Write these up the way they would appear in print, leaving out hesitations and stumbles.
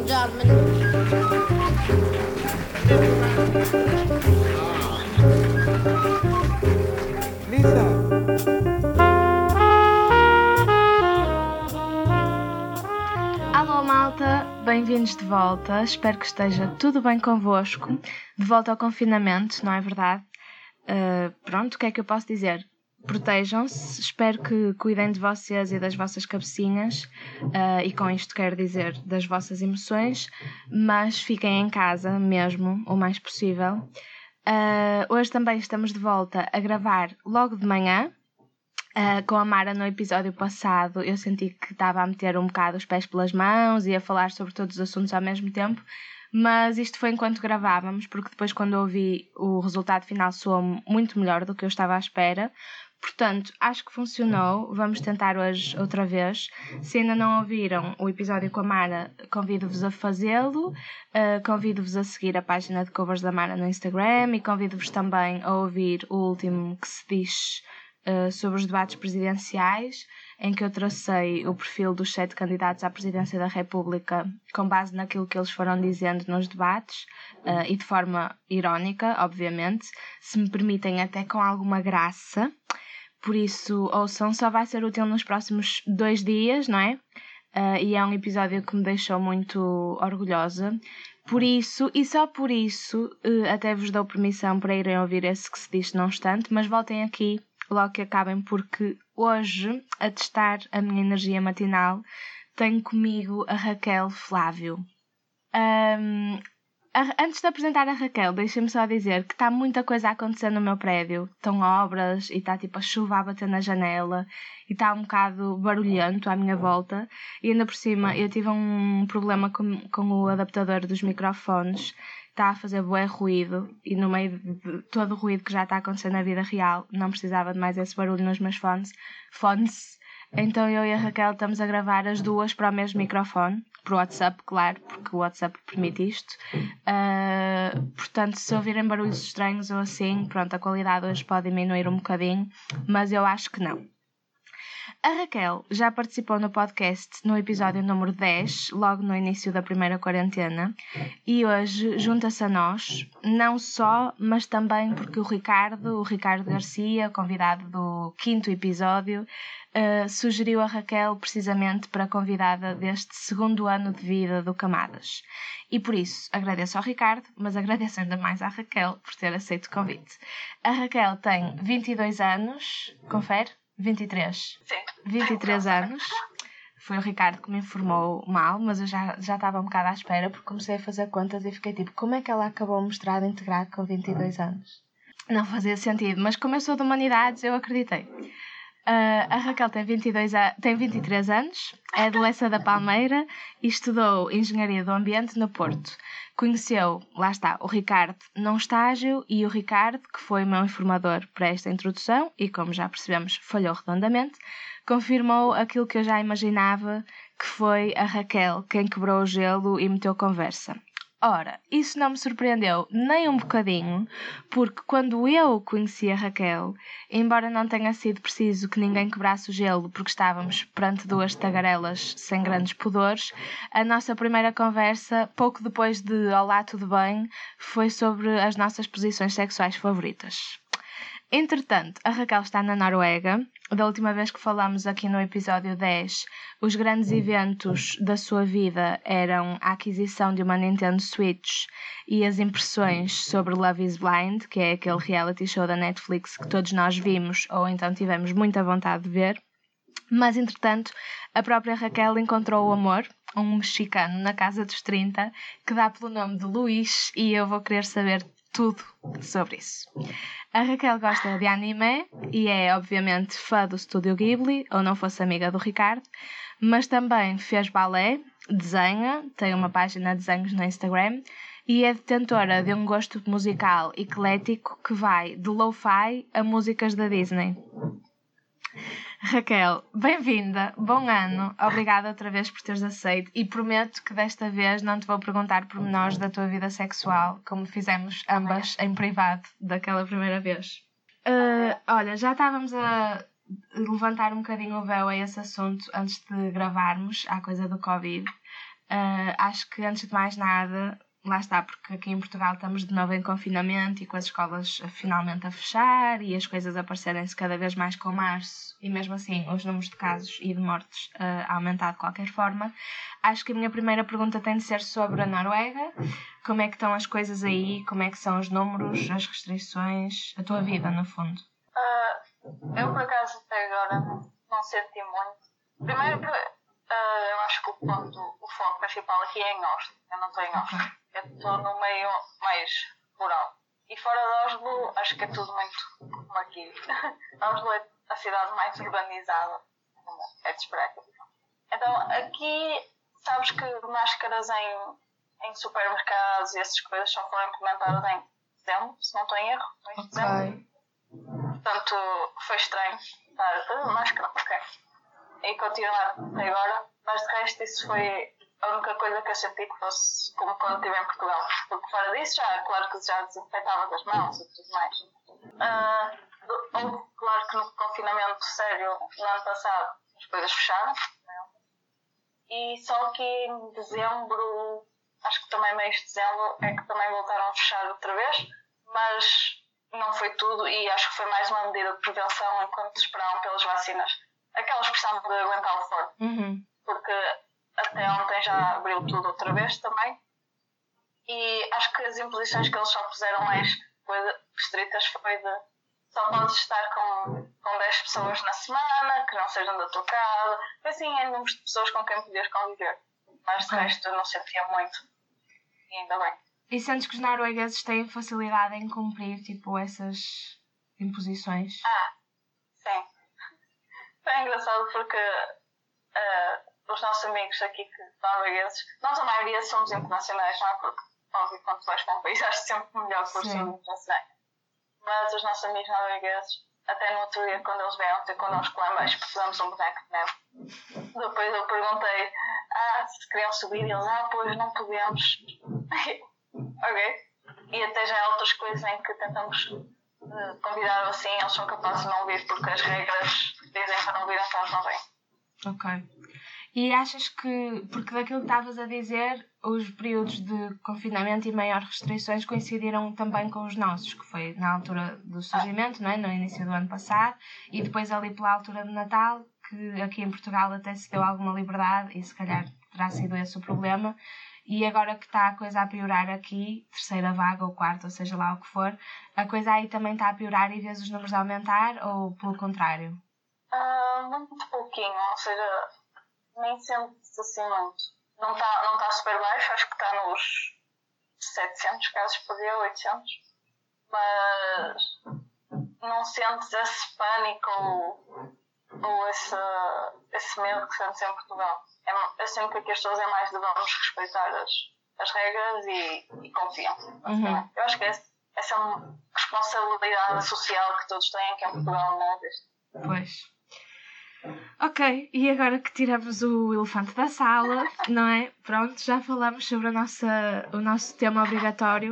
Alô malta, bem-vindos de volta, espero que esteja tudo bem convosco, de volta ao confinamento, não é verdade? Pronto, o que é que eu posso dizer? Protejam-se, espero que cuidem de vocês e das vossas cabecinhas, e com isto quero dizer das vossas emoções, mas fiquem em casa mesmo, o mais possível. Hoje também estamos de volta a gravar logo de manhã. Com a Mara no episódio passado eu senti que estava a meter um bocado os pés pelas mãos e a falar sobre todos os assuntos ao mesmo tempo, mas isto foi enquanto gravávamos, porque depois quando ouvi o resultado final soou muito melhor do que eu estava à espera. Portanto, acho que funcionou, vamos tentar hoje outra vez. Se ainda não ouviram o episódio com a Mara, convido-vos a fazê-lo, convido-vos a seguir a página de covers da Mara no Instagram e convido-vos também a ouvir o último que se diz sobre os debates presidenciais, em que eu tracei o perfil dos 7 candidatos à presidência da República com base naquilo que eles foram dizendo nos debates, e de forma irónica, obviamente, se me permitem até com alguma graça. Por isso, ouçam, só vai ser útil nos próximos 2 dias, não é? E é um episódio que me deixou muito orgulhosa. Por isso, e só por isso, até vos dou permissão para irem ouvir esse que se diz num instante, mas voltem aqui logo que acabem, porque hoje, a testar a minha energia matinal, tenho comigo a Raquel Flávio. Antes de apresentar a Raquel, deixem-me só dizer que está muita coisa a acontecer no meu prédio. Estão obras e está tipo a chuva a bater na janela e está um bocado barulhento à minha volta. E ainda por cima eu tive um problema com o adaptador dos microfones. Está a fazer bué ruído e no meio de todo o ruído que já está acontecendo na vida real não precisava de mais esse barulho nos meus fones. Então eu e a Raquel estamos a gravar as duas para o mesmo microfone, por WhatsApp, claro, porque o WhatsApp permite isto. Portanto, se ouvirem barulhos estranhos ou assim, pronto, a qualidade hoje pode diminuir um bocadinho, mas eu acho que não. A Raquel já participou no podcast no episódio número 10, logo no início da primeira quarentena, e hoje junta-se a nós, não só, mas também porque o Ricardo Garcia, convidado do 5º episódio, sugeriu a Raquel precisamente para convidada deste 2º ano de vida do Camadas. E por isso agradeço ao Ricardo, mas agradeço ainda mais à Raquel por ter aceito o convite. A Raquel tem 22 anos, confere? 23. Sim. 23 anos. Foi o Ricardo que me informou mal, mas eu já estava um bocado à espera, porque comecei a fazer contas e fiquei tipo, como é que ela acabou o mestrado integrado com 22 anos? Não fazia sentido, mas como eu sou de humanidades, eu acreditei. A Raquel tem 23 anos, é de Lessa da Palmeira e estudou Engenharia do Ambiente no Porto. Conheceu, lá está, o Ricardo num estágio e o Ricardo, que foi o meu informador para esta introdução e, como já percebemos, falhou redondamente, confirmou aquilo que eu já imaginava, que foi a Raquel quem quebrou o gelo e meteu conversa. Ora, isso não me surpreendeu nem um bocadinho, porque quando eu conheci a Raquel, embora não tenha sido preciso que ninguém quebrasse o gelo porque estávamos perante duas tagarelas sem grandes pudores, a nossa primeira conversa, pouco depois de Olá, tudo bem, foi sobre as nossas posições sexuais favoritas. Entretanto, a Raquel está na Noruega. Da última vez que falámos aqui no episódio 10, os grandes eventos da sua vida eram a aquisição de uma Nintendo Switch e as impressões sobre Love is Blind, que é aquele reality show da Netflix que todos nós vimos ou então tivemos muita vontade de ver. Mas, entretanto, a própria Raquel encontrou o amor, um mexicano na casa dos 30, que dá pelo nome de Luís, e eu vou querer saber tudo sobre isso. A Raquel gosta de anime e é, obviamente, fã do Estúdio Ghibli, ou não fosse amiga do Ricardo, mas também fez balé, desenha, tem uma página de desenhos no Instagram e é detentora de um gosto musical eclético que vai de lo-fi a músicas da Disney. Raquel, bem-vinda, bom ano, obrigada outra vez por teres aceito e prometo que desta vez não te vou perguntar pormenores da tua vida sexual, como fizemos ambas em privado daquela primeira vez. Olha, já estávamos a levantar um bocadinho o véu a esse assunto antes de gravarmos, à coisa do Covid. Acho que antes de mais nada, lá está, porque aqui em Portugal estamos de novo em confinamento e com as escolas finalmente a fechar e as coisas a aparecerem-se cada vez mais com março e mesmo assim os números de casos e de mortes a aumentar de qualquer forma. Acho que a minha primeira pergunta tem de ser sobre a Noruega. Como é que estão as coisas aí? Como é que são os números, as restrições, a tua vida, no fundo? Eu, por acaso, até agora não senti muito. Primeiro, eu acho que o foco principal aqui é em Oslo. Eu não estou em Oslo. Eu estou no meio mais rural. E fora de Oslo, acho que é tudo muito como aqui. Oslo é a cidade mais urbanizada, como é de esperar. Então, aqui, sabes que máscaras em supermercados e essas coisas só foram implementadas em dezembro, se não estou em erro. Dezembro. Portanto, foi estranho. Máscara, ok. E continuar até agora, mas de resto isso foi a única coisa que eu senti que fosse como quando estive em Portugal. Porque fora disso, claro que já desinfetava as mãos e tudo mais. Houve, claro que no confinamento sério, no ano passado, as coisas fecharam. E só que em dezembro, acho que também mês de dezembro, é que também voltaram a fechar outra vez, mas não foi tudo e acho que foi mais uma medida de prevenção enquanto esperavam pelas vacinas. Aquela expressão de aguentar o forno. Porque até ontem já abriu tudo outra vez também. E acho que as imposições que eles só puseram mais restritas foi de só podes estar com 10 pessoas na semana, que não sejam da tua casa. Assim, é números de pessoas com quem podias conviver. Mas de resto eu não sentia muito. E ainda bem. E sentes que os noruegueses têm facilidade em cumprir, tipo, essas imposições? Sim. É engraçado porque os nossos amigos aqui noruegueses, nós a maioria somos internacionais, não é? Porque, óbvio, quando tu vais para um país, acho sempre melhor que os internacionais. Mas os nossos amigos noruegueses, até no outro dia, quando eles vieram ter connosco lá embaixo, fizemos um boneco de neve. Depois eu perguntei se queriam subir e eles, pois não podemos. Ok. E até já há outras coisas em que tentamos convidar assim, eles são capazes de não vir porque as regras dizem para não vir, então eles não vêm. Ok. E achas que, porque daquilo que estavas a dizer, os períodos de confinamento e maiores restrições coincidiram também com os nossos, que foi na altura do surgimento, não é? No início do ano passado, e depois ali pela altura de Natal, que aqui em Portugal até se deu alguma liberdade, e se calhar terá sido esse o problema. E agora que está a coisa a piorar aqui, terceira vaga ou quarta, ou seja lá o que for, a coisa aí também está a piorar e vês os números a aumentar, ou pelo contrário? Muito pouquinho, ou seja, nem sente-se assim muito. Não está super baixo, acho que está nos 700 casos por dia, 800. Mas não sentes esse pânico ou esse medo que sentes em Portugal. Eu sinto que aqui as pessoas é mais de vamos respeitar as regras e confiam. Eu acho que essa é uma responsabilidade social que todos têm, que em Portugal não existe. Pois. Ok, e agora que tiramos o elefante da sala, não é? Pronto, já falamos sobre o nosso tema obrigatório.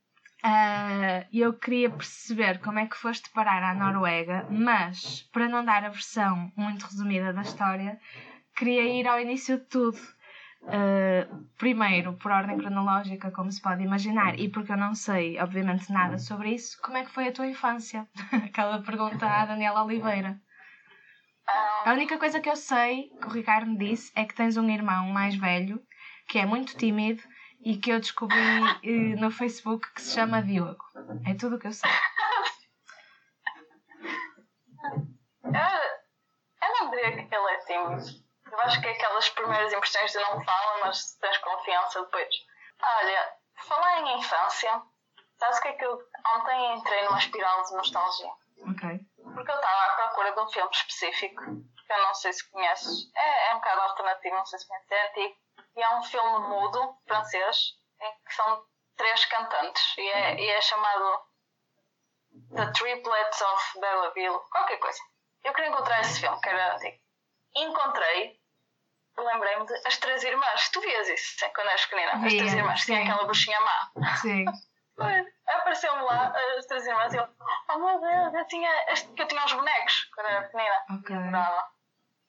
Eu queria perceber como é que foste parar à Noruega, mas para não dar a versão muito resumida da história, queria ir ao início de tudo. Primeiro, por ordem cronológica, como se pode imaginar, e porque eu não sei, obviamente, nada sobre isso, como é que foi a tua infância? Aquela pergunta à Daniela Oliveira. A única coisa que eu sei, que o Ricardo me disse, é que tens um irmão mais velho, que é muito tímido, e que eu descobri no Facebook, que se chama Diogo. É tudo o que eu sei. Eu não diria que ele é tímido. Eu acho que é aquelas primeiras impressões de não fala, mas se tens confiança depois. Olha, falar em infância, sabes o que é que eu ontem entrei numa espiral de nostalgia? Ok. Porque eu estava à procura de um filme específico, que eu não sei se conheces. É um bocado alternativo, não sei se conheces, é antigo. E é um filme mudo, francês, em que são 3 cantantes. E é chamado The Triplets of Belleville, qualquer coisa. Eu queria encontrar esse filme, que era antigo. Encontrei, lembrei-me de As Três Irmãs. Tu vias isso quando eras pequenina? As Três Irmãs, tinha aquela bruxinha má. Sim. Apareceu-me lá As Três Irmãs e eu, oh meu Deus, eu tinha os bonecos quando era pequenina. Ok.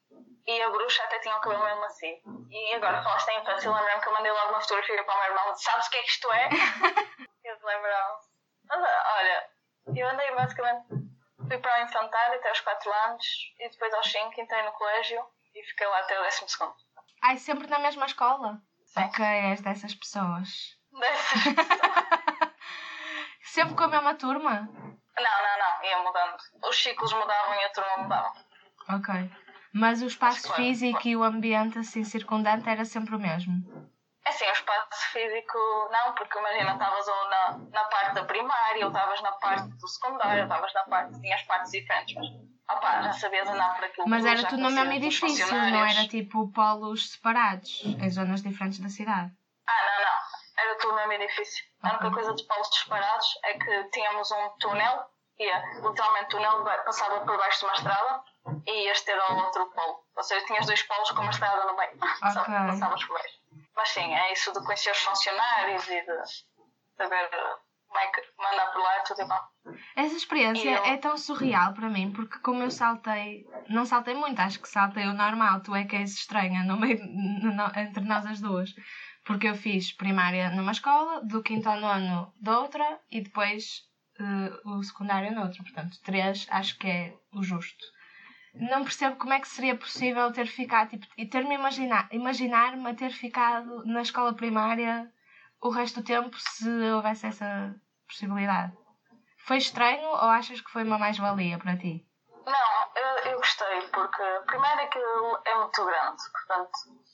e a bruxa até tinha o cabelo mesmo assim. E agora, falaste em infância, eu lembro-me que eu mandei logo uma fotografia para o meu irmão. Sabes o que é que isto é? Eu te lembrava. Mas olha, eu andei basicamente, fui para o infantário até aos 4 anos e depois aos 5 entrei no colégio e fiquei lá até o 12º. Ai, sempre na mesma escola? Sim. Ok, és dessas pessoas. Dessas pessoas. Sempre com a mesma turma? Não, ia mudando. Os ciclos mudavam e a turma mudava. Ok. Mas o espaço Claro, físico e o ambiente assim circundante era sempre o mesmo? É assim, o espaço físico não, porque imagina, estavas ou na parte da primária, ou estavas na parte do secundário, ou estavas na parte, tinhas partes diferentes, mas já sabias andar por aquilo. Mas era já tudo no mesmo conhecia os edifício, não funcionários. era tipo polos separados, em zonas diferentes da cidade? Não. Era tudo no mesmo edifício. A única coisa de polos separados é que tínhamos um túnel, literalmente o túnel passava por baixo de uma estrada e ias ter ao outro polo. Ou seja, tinhas 2 polos com uma estrada no meio. Só passavas por baixo. Mas sim, é isso de conhecer os funcionários e de saber como é que mandar por lá, é tudo igual. Essa experiência é tão surreal para mim, porque como eu saltei, não saltei muito, acho que saltei o normal, tu é que és estranha no meio, entre nós as duas. Porque eu fiz primária numa escola, do 5º ao 9º de outra e depois o secundário noutra. Portanto, 3 acho que é o justo. Não percebo como é que seria possível ter ficado, tipo, e ter-me imaginar-me a ter ficado na escola primária o resto do tempo se houvesse essa possibilidade. Foi estranho ou achas que foi uma mais-valia para ti? Não, eu gostei, porque primeiro aquilo é muito grande, portanto,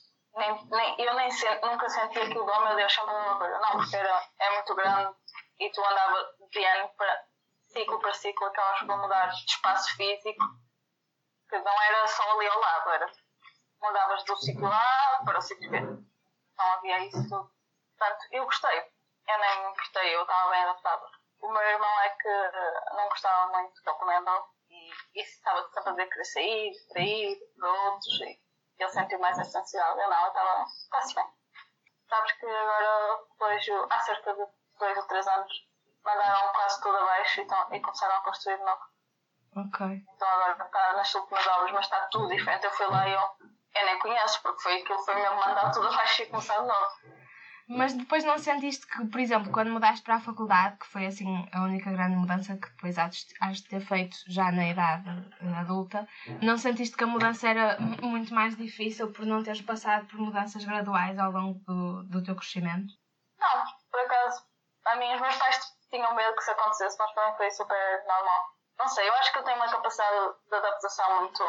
eu nunca senti aquilo de, oh meu Deus, sempre a mesma coisa. Não, porque é muito grande e tu andava de ano para ciclo, acabas por mudar de espaço físico. Que não era só ali ao lado, era mudavas do ciclo A para o ciclo B. Não havia isso tudo. Portanto, eu gostei. Eu nem me importei, eu estava bem adaptada. O meu irmão é que não gostava muito do comendo e estava sempre a dizer que queria sair, para ir, para outros. E ele sentiu mais essa ansiedade. Eu não, eu estava quase bem. Sabes que agora, depois, há cerca de 2 ou 3 anos, mandaram quase tudo abaixo e começaram a construir de novo. Ok. Então agora está nas últimas obras, mas está tudo diferente. Eu fui lá e eu nem conheço, porque foi mesmo mandar tudo abaixo e começar de novo. Mas depois não sentiste que, por exemplo, quando mudaste para a faculdade, que foi assim a única grande mudança que depois has de ter feito já na idade adulta, não sentiste que a mudança era muito mais difícil por não teres passado por mudanças graduais ao longo do teu crescimento? Não, por acaso, os meus pais tinham medo que isso acontecesse, mas para mim foi super normal. Não sei, eu acho que eu tenho uma capacidade de adaptação muito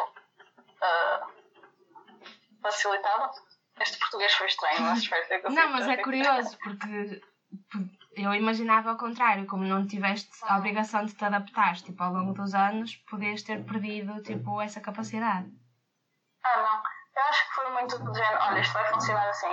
facilitada. Este português foi estranho, mas espero que não, mas é curioso, porque eu imaginava ao contrário, como não tiveste a obrigação de te adaptar, tipo, ao longo dos anos, podias ter perdido, tipo, essa capacidade. Não. Eu acho que foi muito do género, olha, isto vai funcionar assim,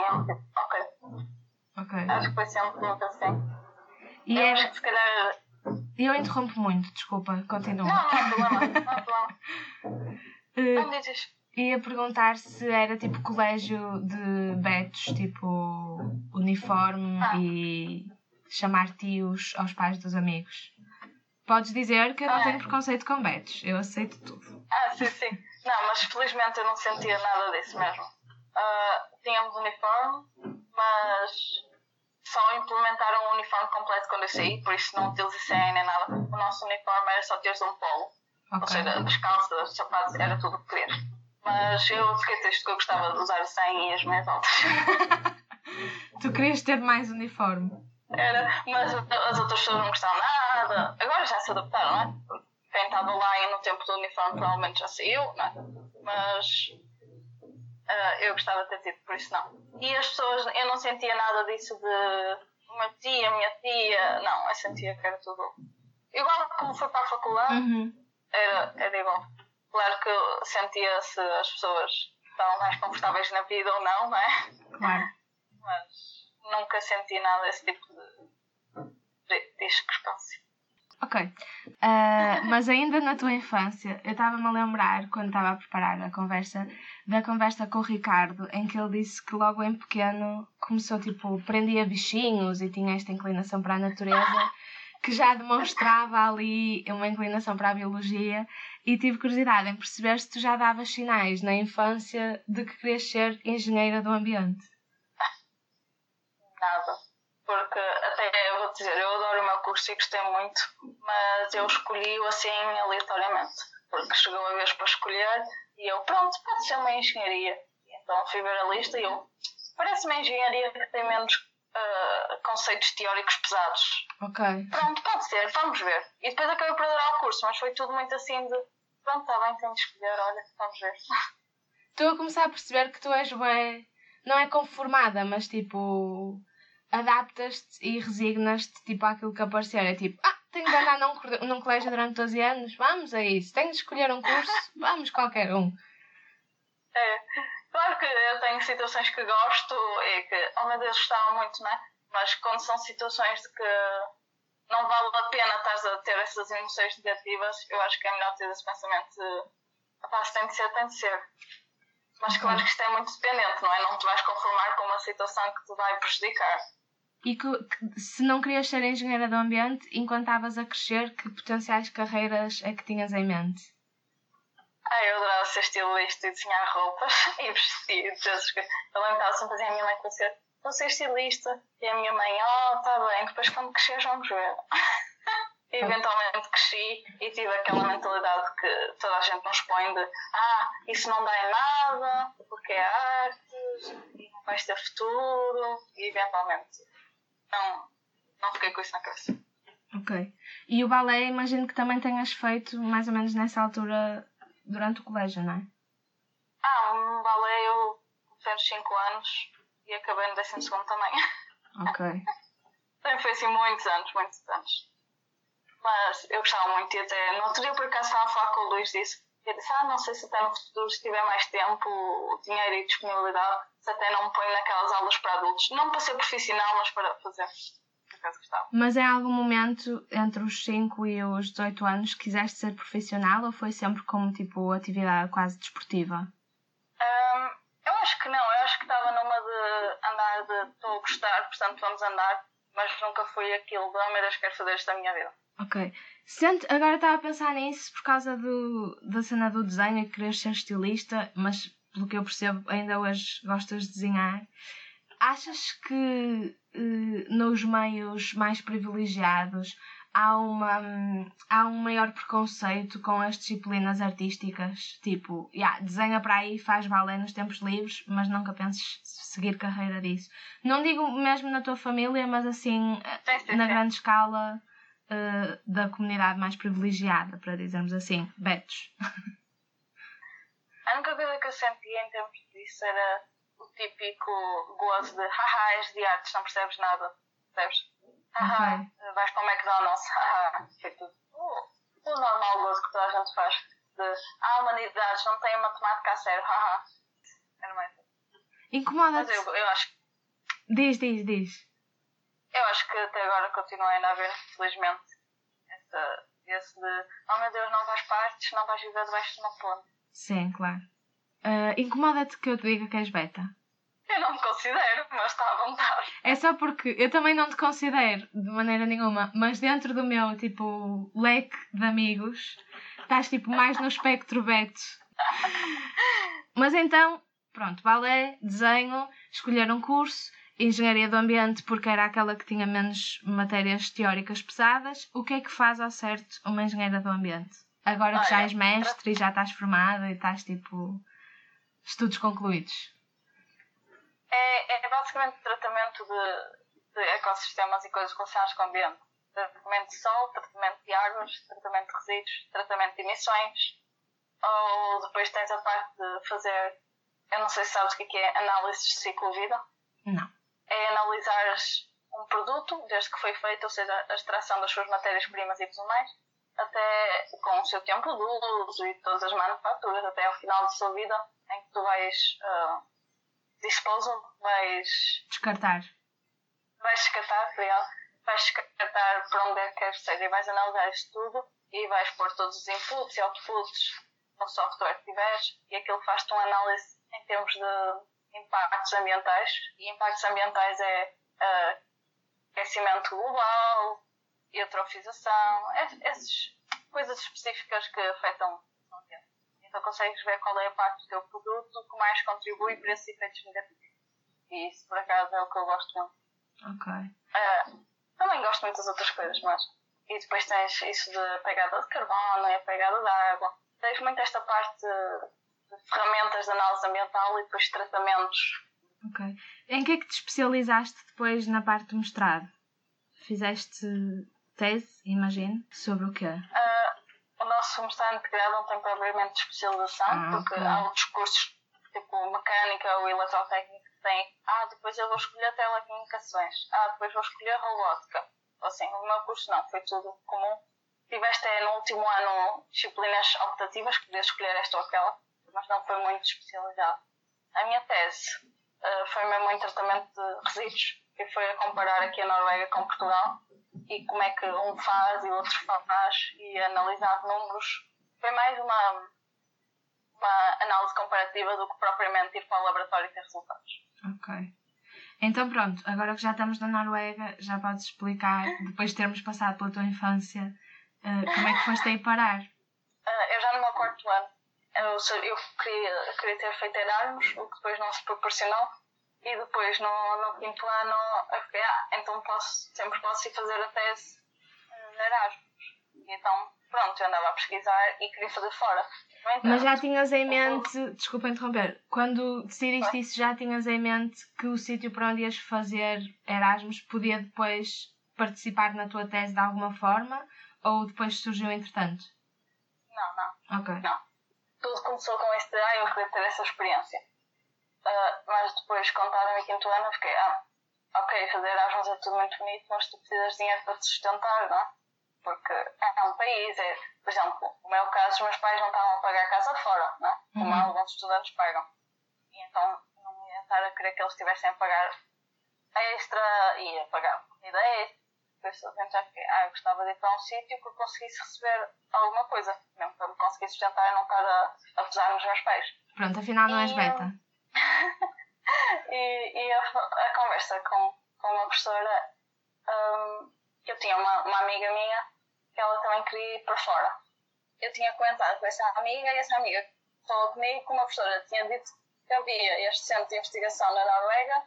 ok. Acho que foi sempre muito assim. E eu acho que se calhar... Eu interrompo muito, desculpa, continua. Não há problema. Não dizes. Ia perguntar se era tipo colégio de betos, tipo uniforme e chamar tios aos pais dos amigos. Podes dizer que eu não tenho preconceito com betos, eu aceito tudo. Sim. Não, mas felizmente eu não sentia nada disso mesmo. Tínhamos uniforme, mas só implementaram o uniforme completo quando eu saí, por isso não utilizei nem nada. O nosso uniforme era só teres um polo. Okay. Ou seja, as calças, os sapatos, era tudo o que querias. Mas eu fiquei triste que eu gostava de usar 100 e as meias altas. Tu querias ter mais uniforme? Era, mas as outras pessoas não gostavam nada. Agora já se adaptaram, não é? Quem estava lá e no tempo do uniforme provavelmente já saiu, não é? Mas eu gostava de ter tido, por isso não. E as pessoas, eu não sentia nada disso de minha tia, não, eu sentia que era tudo igual como foi para a faculdade, era igual. Claro que sentia-se as pessoas estavam mais confortáveis na vida ou não é? Claro. Mas nunca senti nada desse tipo de discrepância. Ok. Mas ainda na tua infância, eu estava-me a lembrar, quando estava a preparar a conversa, da conversa com o Ricardo, em que ele disse que logo em pequeno começou, tipo, prendia bichinhos e tinha esta inclinação para a natureza. que já demonstrava ali uma inclinação para a biologia e tive curiosidade em perceber se tu já davas sinais na infância de que querias ser engenheira do ambiente. Nada. Porque até eu vou dizer, eu adoro o meu curso e gostei muito, mas eu escolhi-o assim aleatoriamente. Porque chegou a vez para escolher e eu, pronto, pode ser uma engenharia. Então fui ver a lista e eu, parece uma engenharia que tem menos conceitos teóricos pesados. Ok. Pronto, pode ser, vamos ver. E depois acabei por adorar o curso, mas foi tudo muito assim de, pronto, está bem, tenho de escolher, olha, vamos ver. Estou a começar a perceber que tu és bem, não é conformada, mas tipo, adaptas-te e resignas-te tipo àquilo que aparecer. É tipo, tenho de andar num colégio durante 12 anos, vamos a isso. Tenho de escolher um curso, vamos qualquer um. É, claro que eu tenho situações que gosto e que, oh meu Deus, gostava muito, não é? Mas quando são situações de que não vale a pena estar a ter essas emoções negativas, eu acho que é melhor ter esse pensamento de, se tem de ser, tem de ser. Mas claro que isto é muito dependente, não é? Não te vais conformar com uma situação que te vai prejudicar. E que, se não querias ser engenheira do ambiente, enquanto estavas a crescer, que potenciais carreiras é que tinhas em mente? Eu adorava ser estilista e desenhar roupas e vestidos. Eu lembro sempre a minha mãe que dizer, vou ser estilista. E a minha mãe, tá bem, depois quando cresceres vamos ver. E eventualmente cresci e tive aquela mentalidade que toda a gente nos põe de isso não dá em nada, porque é artes, e não vais ter futuro, e eventualmente não fiquei com isso na cabeça. Ok. E o balé, imagino que também tenhas feito mais ou menos nessa altura durante o colégio, não é? Um balé eu fiz uns 5 anos e acabei no 12º também. Ok. Também foi assim muitos anos. Mas eu gostava muito e até no outro dia por acaso estava a falar com o Luís disso. E eu disse, não sei se até no futuro, se tiver mais tempo, dinheiro e disponibilidade, se até não me ponho naquelas aulas para adultos. Não para ser profissional, mas para fazer. Por acaso gostava. Mas em algum momento, entre os 5 e os 18 anos, quiseste ser profissional ou foi sempre como tipo atividade quase desportiva? Eu acho que não. Eu acho que estava numa de andar de estou a gostar, portanto vamos andar. Mas nunca foi aquilo de, meu Deus, quero fazer isto da minha vida. Ok. Agora estava a pensar nisso por causa da cena do desenho e que queres ser estilista, mas pelo que eu percebo ainda hoje gostas de desenhar. Achas que nos meios mais privilegiados há um maior preconceito com as disciplinas artísticas? Tipo, desenha para aí, faz balé nos tempos livres, mas nunca penses seguir carreira disso. Não digo mesmo na tua família, mas assim, na grande escala da comunidade mais privilegiada, para dizermos assim, betos. A única coisa que eu sentia em termos disso era o típico gozo de és de artes, não percebes nada, percebes? Okay. Vais para o McDonald's, foi tudo. O normal gozo que toda a gente faz de humanidades, não tem matemática a sério, era mais. Incomoda-te? Mas eu acho que. Diz. Eu acho que até agora continua ainda a haver, felizmente, esse de meu Deus, não vais para artes, não vais viver debaixo de uma ponte. Sim, claro. Incomoda-te que eu te diga que és beta? Eu não me considero, mas está à vontade. É só porque eu também não te considero de maneira nenhuma, mas dentro do meu, tipo, leque de amigos, estás, tipo, mais no espectro beto. Mas então, pronto, balé, desenho, escolher um curso, engenharia do ambiente porque era aquela que tinha menos matérias teóricas pesadas. O que é que faz ao certo uma engenheira do ambiente? Agora que já és mestre e já estás formada e estás, tipo, estudos concluídos. É basicamente tratamento de ecossistemas e coisas relacionadas com o ambiente. Tratamento de sol, tratamento de águas, tratamento de resíduos, tratamento de emissões. Ou depois tens a parte de fazer, eu não sei se sabes o que é análise de ciclo-vida. Não. É analisar um produto desde que foi feito, ou seja, a extração das suas matérias-primas e tudo mais, até com o seu tempo de uso e todas as manufaturas, até ao final da sua vida, em que tu vais disposal, vais descartar, para onde é que queres ser e vais analisar isto tudo e vais pôr todos os inputs e outputs no software que tiveres e aquilo faz-te uma análise em termos de impactos ambientais e impactos ambientais é aquecimento global, eutrofização, essas coisas específicas que afetam o ambiente. Então consegues ver qual é a parte do teu produto que mais contribui para esses efeitos negativos. E isso, por acaso, é o que eu gosto muito. Ok. Também gosto muito das outras coisas, mas... E depois tens isso de pegada de carbono e a pegada de água. Tens muito esta parte de ferramentas de análise ambiental e depois tratamentos. Ok. Em que é que te especializaste depois na parte do mestrado? Fizeste tese, imagino, sobre o quê? O nosso mestrado integrado não tem propriamente especialização, porque ok. há outros cursos, tipo mecânica ou eletrotécnica, que têm, depois eu vou escolher telecomunicações, depois vou escolher robótica. Assim, o meu curso não, foi tudo comum. Tiveste no último ano disciplinas optativas, que podias escolher esta ou aquela, mas não foi muito especializado. A minha tese foi mesmo em tratamento de resíduos, que foi a comparar aqui a Noruega com Portugal, e como é que um faz e o outro faz, e analisar números. Foi mais uma análise comparativa do que propriamente ir para o laboratório e ter resultados. Ok. Então pronto, agora que já estamos na Noruega, já podes explicar, depois de termos passado pela tua infância, como é que foste aí parar? Eu já no meu quarto ano, eu queria ter feito Erasmus, o que depois não se proporcionou, e depois no quinto ano eu fiquei, então sempre posso ir fazer a tese de Erasmus. E então, pronto, eu andava a pesquisar e queria fazer fora. Mas já tinhas em mente, desculpa interromper, quando decidiste isso já tinhas em mente que o sítio para onde ias fazer Erasmus podia depois participar na tua tese de alguma forma ou depois surgiu entretanto? Não. Ok. Não. Tudo começou com este eu queria ter essa experiência. Mas depois, quando estava no meu quinto ano, eu fiquei, ok, fazer Erasmus é tudo muito bonito, mas tu precisas de dinheiro para te sustentar, não é? Porque é um país, por exemplo, no meu caso, os meus pais não estavam a pagar casa fora, não é? Como alguns estudantes pagam. E então não ia estar a querer que eles estivessem a pagar extra e a pagar comida extra. Por isso eu pensei que eu gostava de ir para um sítio que eu conseguisse receber alguma coisa, mesmo para me conseguir sustentar e não estar a pesar nos meus pais. Pronto, afinal não és beta. E a conversa com uma professora, eu tinha uma amiga minha que ela também queria ir para fora. Eu tinha comentado com essa amiga e essa amiga falou comigo que uma professora tinha dito que havia este centro de investigação na Noruega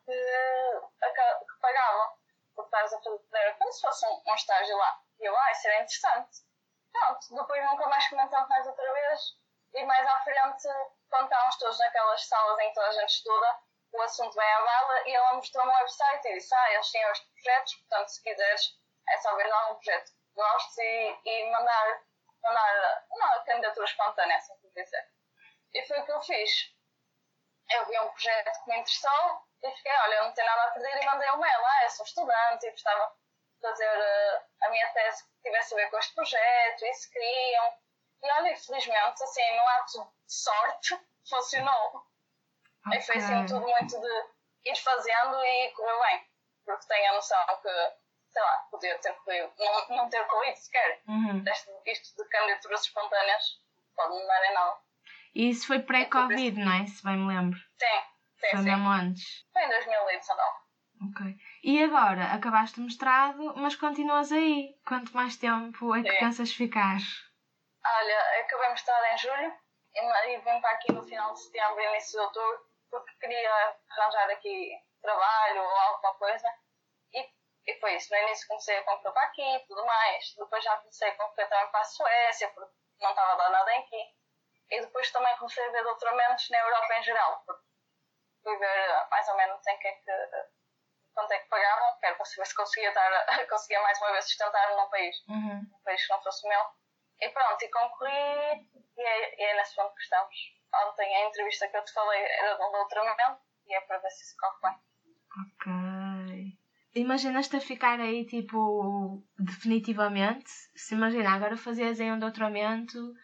que pagava por estares a fazer como se fosse um estágio lá. E eu, isso era interessante. Pronto, depois nunca mais comentamos mais outra vez e mais à frente, quando estávamos todos naquelas salas em que toda a gente estuda, o assunto vem à bala e ela mostrou-me um website e disse, eles têm os projetos, portanto se quiseres é só ver lá um projeto que gostes e mandar uma candidatura espontânea, assim por dizer. E foi o que eu fiz. Eu vi um projeto que me interessou e fiquei, eu não tenho nada a perder e mandei um mail. Eu sou estudante e gostava de fazer a minha tese que tivesse a ver com este projeto e se queriam. E infelizmente, assim, no ato de sorte, funcionou. Okay. E foi assim tudo muito de ir fazendo e correu bem. Porque tenho a noção que, sei lá, podia ter corrido, não ter corrido sequer. Isto de candidaturas espontâneas pode não dar em nada. E isso foi pré-Covid, não é? Se bem me lembro. Sim. Foi mesmo antes. Foi em 2019. Ok. E agora, acabaste o mestrado, mas continuas aí. Quanto mais tempo é que pensas ficar? Olha, acabei o mestrado em julho e vim para aqui no final de setembro e início de outubro porque queria arranjar aqui trabalho ou alguma coisa. E foi isso. No início comecei a comprar para aqui e tudo mais. Depois já comecei a comprar também para a Suécia porque não estava a dar nada aqui. E depois também comecei a ver doutoramentos na Europa em geral. Fui ver mais ou menos quanto é que pagavam, quero para saber se conseguia mais uma vez sustentar-me num país que não fosse o meu. E pronto, e concorri e é nesse ponto que estamos. Ontem a entrevista que eu te falei era de um doutoramento e é para ver se isso corre bem. Ok. Imaginas-te a ficar aí, tipo, definitivamente? Se imagina, agora fazias aí um doutoramento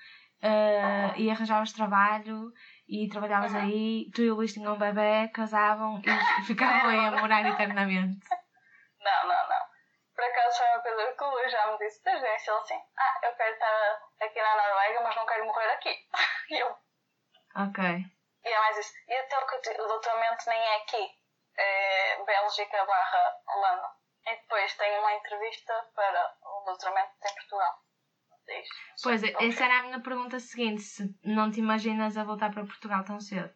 e arranjavas trabalho e trabalhavas aí, tu e o Luís tinham um bebê, casavam e ficavam aí a morar eternamente. Não. Por acaso foi uma coisa que o Luís já me disse desde o início, ele assim, eu quero estar aqui na Noruega, mas não quero morrer aqui. E eu... Ok. E é mais isso. E até o doutoramento nem é aqui, é Bélgica / Holanda. E depois tenho uma entrevista para o doutoramento em Portugal. Pois, essa era a minha pergunta seguinte, se não te imaginas a voltar para Portugal tão cedo?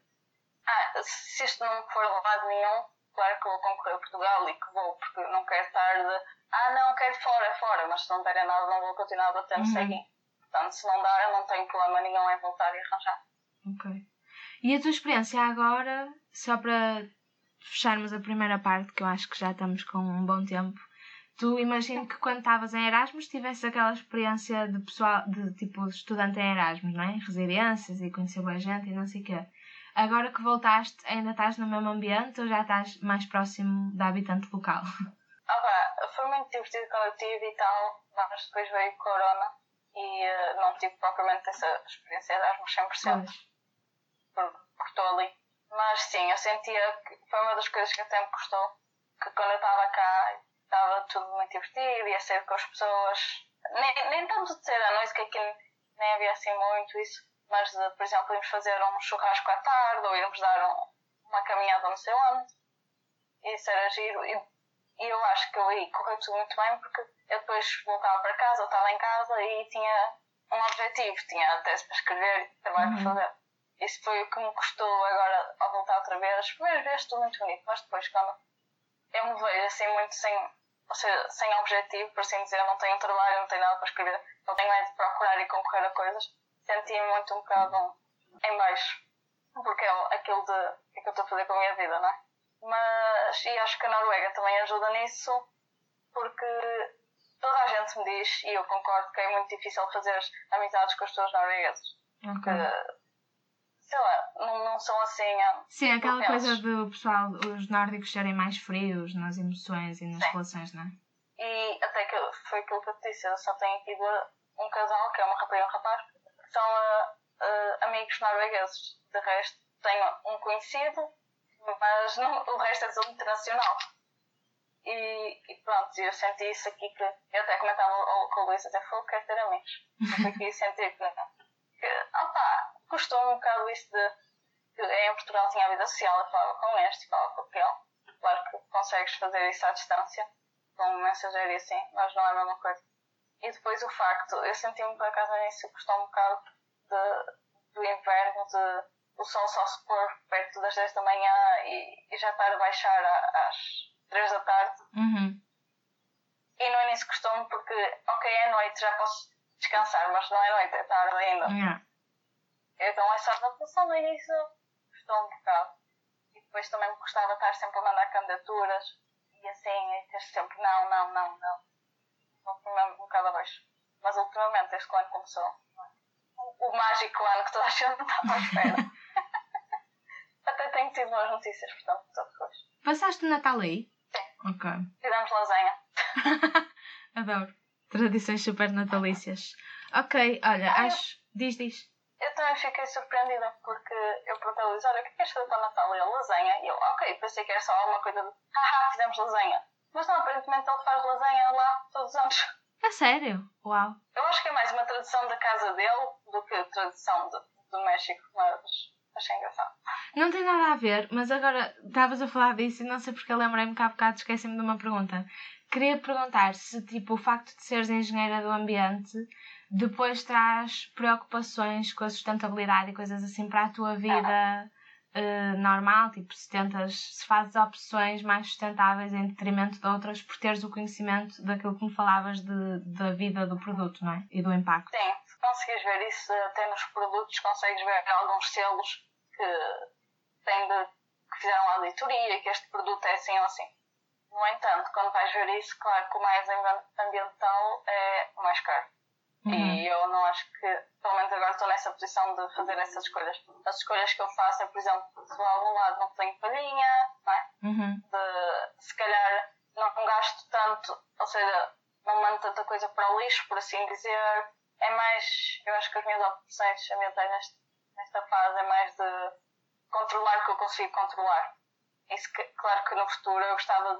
Se isto não for a lado nenhum, claro que vou concorrer a Portugal e que vou, porque não quero estar não, quero fora, mas se não derem nada não vou continuar a bater-me aqui. Portanto, se não dar, eu não tenho problema nenhum em voltar e arranjar. Ok. E a tua experiência agora, só para fecharmos a primeira parte, que eu acho que já estamos com um bom tempo, tu imagino que quando estavas em Erasmus tivesse aquela experiência de pessoal, de tipo estudante em Erasmus, não é? Residências e conhecer boa gente e não sei o quê. Agora que voltaste, ainda estás no mesmo ambiente ou já estás mais próximo da habitante local? Foi muito divertido quando eu tive e tal, mas depois veio o Corona e não tive propriamente essa experiência de Erasmus 100%. Cortou ali. Mas sim, eu sentia que foi uma das coisas que até me custou, que quando eu estava cá estava tudo muito divertido, ia sair com as pessoas, nem tanto de ser à noite, que aquilo nem havia assim muito isso, mas de, por exemplo, irmos fazer um churrasco à tarde ou irmos dar uma caminhada não sei onde. Isso era giro e eu acho que aí correu tudo muito bem, porque eu depois voltava para casa, eu estava em casa e tinha um objetivo, tinha a tese para escrever e trabalho para fazer. Isso foi o que me custou agora ao voltar outra vez. As primeiras vezes tudo muito bonito, mas depois quando eu me vejo assim muito sem objetivo, por assim dizer, não tenho um trabalho, não tenho nada para escrever, não tenho nada de procurar e concorrer a coisas, sentia-me muito um bocado em baixo, porque é aquilo de o que é que eu estou a fazer com a minha vida, não é? Mas, e acho que a Noruega também ajuda nisso, porque toda a gente me diz, e eu concordo, que é muito difícil fazer amizades com as pessoas norueguesas. Okay. Sei lá, não são assim. Sim, aquela coisa do pessoal, os nórdicos serem mais frios nas emoções e nas relações, não é? E até que foi aquilo que eu te disse, eu só tenho aqui um casal, que é uma rapariga e um rapaz, que são amigos noruegueses. De resto, tenho um conhecido, mas o resto é tudo internacional. E pronto, eu senti isso aqui, que eu até comentava com o Luís, até falou que quero ter amigos. Eu aqui senti que custou um bocado isso de que em Portugal tinha a vida social, eu falava com este, falava com aquele. Claro que consegues fazer isso à distância, com um mensageiro e assim, mas não é a mesma coisa. E depois o facto, eu senti-me por acaso nisso, custou um bocado do inverno, de o sol só se pôr perto das 10 da manhã e já estar a baixar às 3 da tarde. E no início custou-me porque, é noite, já posso descansar, mas não é noite, é tarde ainda. Então essa adaptação no início custou um bocado. E depois também me custava estar sempre a mandar candidaturas e assim, e ter sempre não. Vou primeiro um bocado abaixo. Mas ultimamente este ano começou. O mágico ano que toda a gente estava à espera. Até tenho tido boas notícias, portanto, estou feliz. Passaste o Natal aí? Sim. Ok. Fizemos lasanha. Adoro. Tradições super natalícias. Ok, olha, acho... Diz. Eu também fiquei surpreendida porque eu perguntei a Luís, olha, o que queres fazer para o Natal? E ele, lasanha. E eu, pensei que era só alguma coisa de, fizemos lasanha. Mas não, aparentemente ele faz lasanha lá todos os anos. É sério? Uau. Eu acho que é mais uma tradição da casa dele do que a tradição do México, mas achei engraçado. Não tem nada a ver, mas agora estavas a falar disso e não sei porque eu lembrei-me que há bocado esqueci-me de uma pergunta. Queria perguntar se, tipo, o facto de seres engenheira do ambiente depois traz preocupações com a sustentabilidade e coisas assim para a tua vida normal, tipo, se fazes opções mais sustentáveis em detrimento de outras por teres o conhecimento daquilo que me falavas da vida do produto, não é? E do impacto. Sim, se conseguires ver isso até nos produtos, consegues ver alguns selos que fizeram a auditoria, que este produto é assim ou assim. No entanto, quando vais ver isso, claro que o mais ambiental é o mais caro. E eu não acho que, pelo menos agora estou nessa posição de fazer essas escolhas. As escolhas que eu faço é, por exemplo, se vou a algum lado não tenho palhinha, não é? De, se calhar não gasto tanto, ou seja, não mando tanta coisa para o lixo, por assim dizer. É mais, eu acho que as minhas opções ambientais nesta fase é mais de controlar o que eu consigo controlar. Isso claro que no futuro eu gostava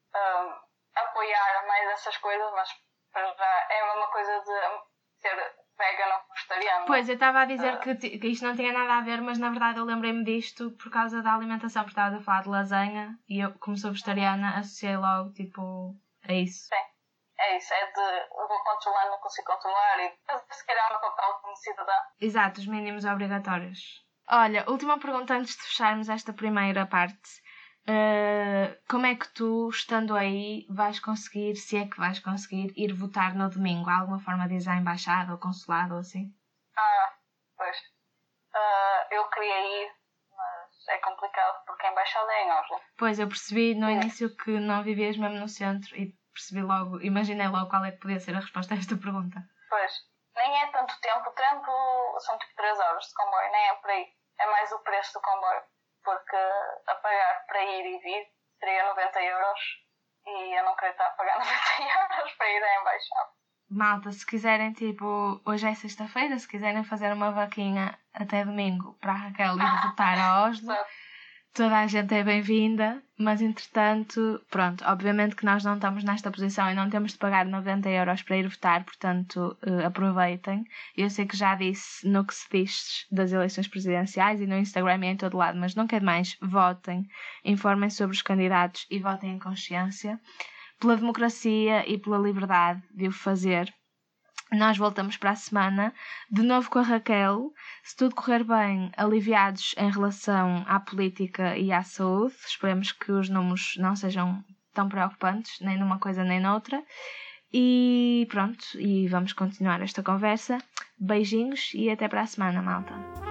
de apoiar mais essas coisas, mas para já é uma coisa de vegan ou vegetariano. Pois, eu estava a dizer que isto não tinha nada a ver, mas na verdade eu lembrei-me disto por causa da alimentação, porque estava a falar de lasanha e eu, como sou vegetariana, associei logo, tipo, a isso. Sim, é isso, é de eu vou controlar, não consigo controlar e se calhar no papel como cidadã. Exato, os mínimos obrigatórios. Olha, última pergunta antes de fecharmos esta primeira parte. Como é que tu, estando aí, vais conseguir, se é que vais conseguir, ir votar no domingo? Há alguma forma de ir à embaixada ou consulado ou assim? Pois. Eu queria ir, mas é complicado porque a embaixada é em Oslo. Pois, eu percebi no início que não vivias mesmo no centro e percebi logo, imaginei logo qual é que podia ser a resposta a esta pergunta. Pois. Nem é tanto tempo. O tempo são tipo 3 horas de comboio, nem é por aí. É mais o preço do comboio. Porque a pagar para ir e vir seria 90 euros e eu não queria estar a pagar 90 euros para ir à embaixada. Malta, se quiserem, tipo, hoje é sexta-feira, se quiserem fazer uma vaquinha até domingo para a Raquel ir votar a Oslo, toda a gente é bem-vinda, mas entretanto, pronto, obviamente que nós não estamos nesta posição e não temos de pagar 90 euros para ir votar, portanto, aproveitem. Eu sei que já disse no que se diz das eleições presidenciais e no Instagram e em todo lado, mas não quero mais, votem, informem sobre os candidatos e votem em consciência, pela democracia e pela liberdade de o fazer. Nós voltamos para a semana, de novo com a Raquel, se tudo correr bem, aliviados em relação à política e à saúde. Esperemos que os números não sejam tão preocupantes, nem numa coisa nem noutra. E pronto, e vamos continuar esta conversa. Beijinhos e até para a semana, malta.